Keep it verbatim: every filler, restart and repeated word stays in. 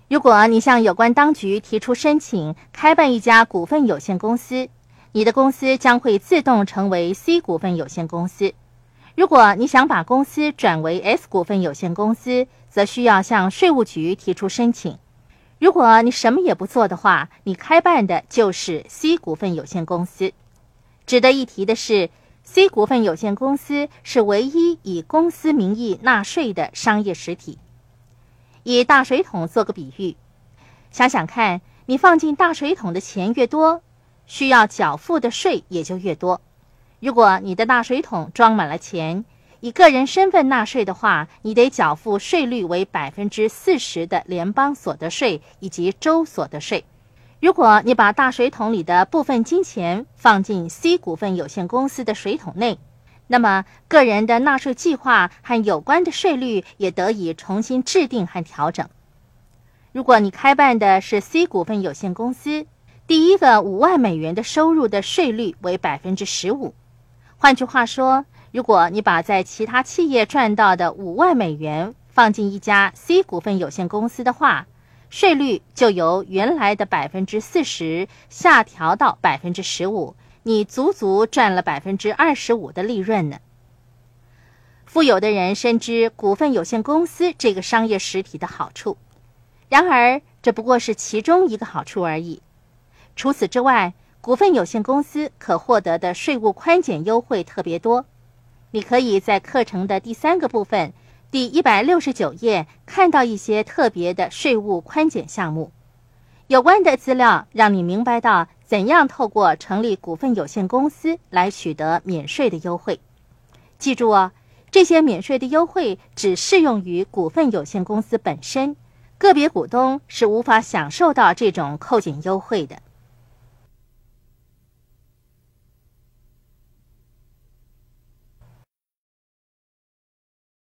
如果你向有关当局提出申请开办一家股份有限公司，你的公司将会自动成为 C 股份有限公司。如果你想把公司转为 S 股份有限公司，则需要向税务局提出申请。如果你什么也不做的话，你开办的就是 C 股份有限公司。值得一提的是， C 股份有限公司是唯一以公司名义纳税的商业实体。以大水桶做个比喻，想想看，你放进大水桶的钱越多，需要缴付的税也就越多。如果你的大水桶装满了钱，以个人身份纳税的话，你得缴付税率为百分之四十的联邦所得税以及州所得税。如果你把大水桶里的部分金钱放进 C 股份有限公司的水桶内，那么个人的纳税计划和有关的税率也得以重新制定和调整。如果你开办的是 C 股份有限公司，第一个五万美元的收入的税率为百分之十五。换句话说，如果你把在其他企业赚到的五万美元放进一家 C 股份有限公司的话，税率就由原来的百分之四十下调到百分之十五，你足足赚了百分之二十五的利润呢。富有的人深知股份有限公司这个商业实体的好处，然而这不过是其中一个好处而已。除此之外，股份有限公司可获得的税务宽减优惠特别多。你可以在课程的第三个部分第一百六十九页看到一些特别的税务宽减项目。有关的资料让你明白到怎样透过成立股份有限公司来取得免税的优惠。记住哦，这些免税的优惠只适用于股份有限公司本身，个别股东是无法享受到这种扣减优惠的。